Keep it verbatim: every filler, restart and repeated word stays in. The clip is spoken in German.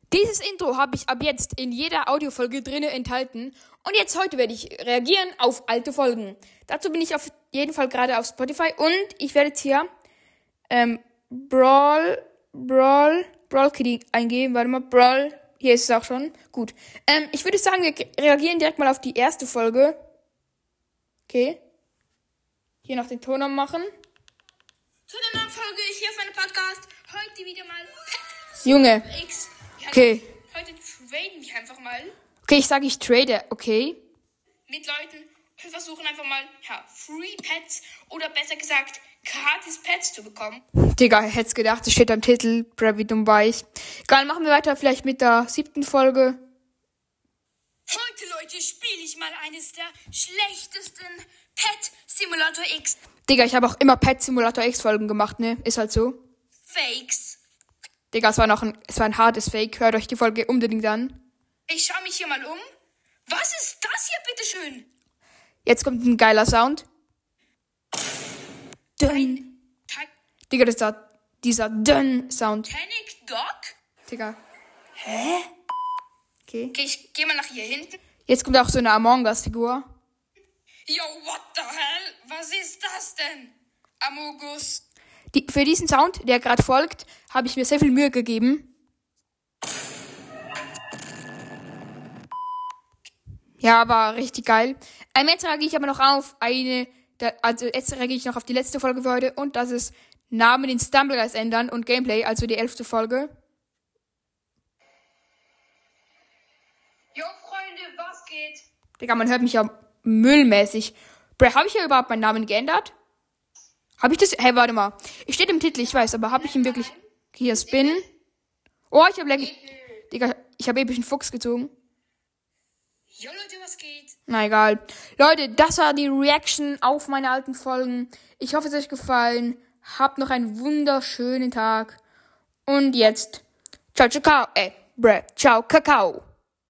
Dieses Intro habe ich ab jetzt in jeder Audiofolge drinne enthalten. Und jetzt heute werde ich reagieren auf alte Folgen. Dazu bin ich auf jeden Fall gerade auf Spotify. Und ich werde jetzt hier ähm, Brawl, Brawl, Brawl Kitty eingeben. Warte mal, Brawl. Hier ist es auch schon. Gut. Ähm, ich würde sagen, wir reagieren direkt mal auf die erste Folge. Okay. Hier noch den Ton machen. Zu der neuen Folge hier auf meinem Podcast. Heute wieder mal Junge. X. Ja, Okay. heute traden wir einfach mal Okay, ich sage, ich trade. Okay. mit Leuten. Wir versuchen einfach mal, ja, Free Pets oder besser gesagt, gratis Pets zu bekommen. Digga, ich hätte gedacht, es steht am Titel. Bro, wie dumm war ich. Egal, machen wir weiter vielleicht mit der siebten Folge. Heute, Leute, spiele ich mal eines der schlechtesten Pet Simulator X Digga, ich habe auch immer Pet Simulator X Folgen gemacht, ne? Ist halt so. Fakes. Digga, es war noch ein, es war ein hartes Fake. Hört euch die Folge unbedingt an. Ich schaue mich hier mal um. Was ist das hier, bitteschön? Jetzt kommt ein geiler Sound. Dünn. Digga, das ist der, dieser dünn Sound. Titanic Dog? Digga. Hä? Okay. Okay, ich gehe mal nach hier hinten. Jetzt kommt auch so eine Among Us Figur. Yo, what the hell? Was ist das denn? Amogus. Die, für diesen Sound, der gerade folgt, habe ich mir sehr viel Mühe gegeben. Ja, war richtig geil. Ähm, jetzt reagiere ich aber noch auf eine, der, also jetzt reagiere ich noch auf die letzte Folge für heute und das ist Namen in Stumbleguys ändern und Gameplay, also die elfte Folge. Jo, Freunde, was geht? Digga, man hört mich ja müllmäßig. Bro, habe ich ja überhaupt meinen Namen geändert? Habe ich das? Hey, warte mal. Ich steht im Titel, ich weiß, aber habe ich ihn wirklich... Hier, Spin. Oh, ich habe... Digga, ich habe epischen Fuchs gezogen. Jo, Leute, was geht? Na egal. Leute, das war die Reaction auf meine alten Folgen. Ich hoffe, es hat euch gefallen. Habt noch einen wunderschönen Tag. Und jetzt... Ciao, ciao, äh, bruh, ciao, Kakao.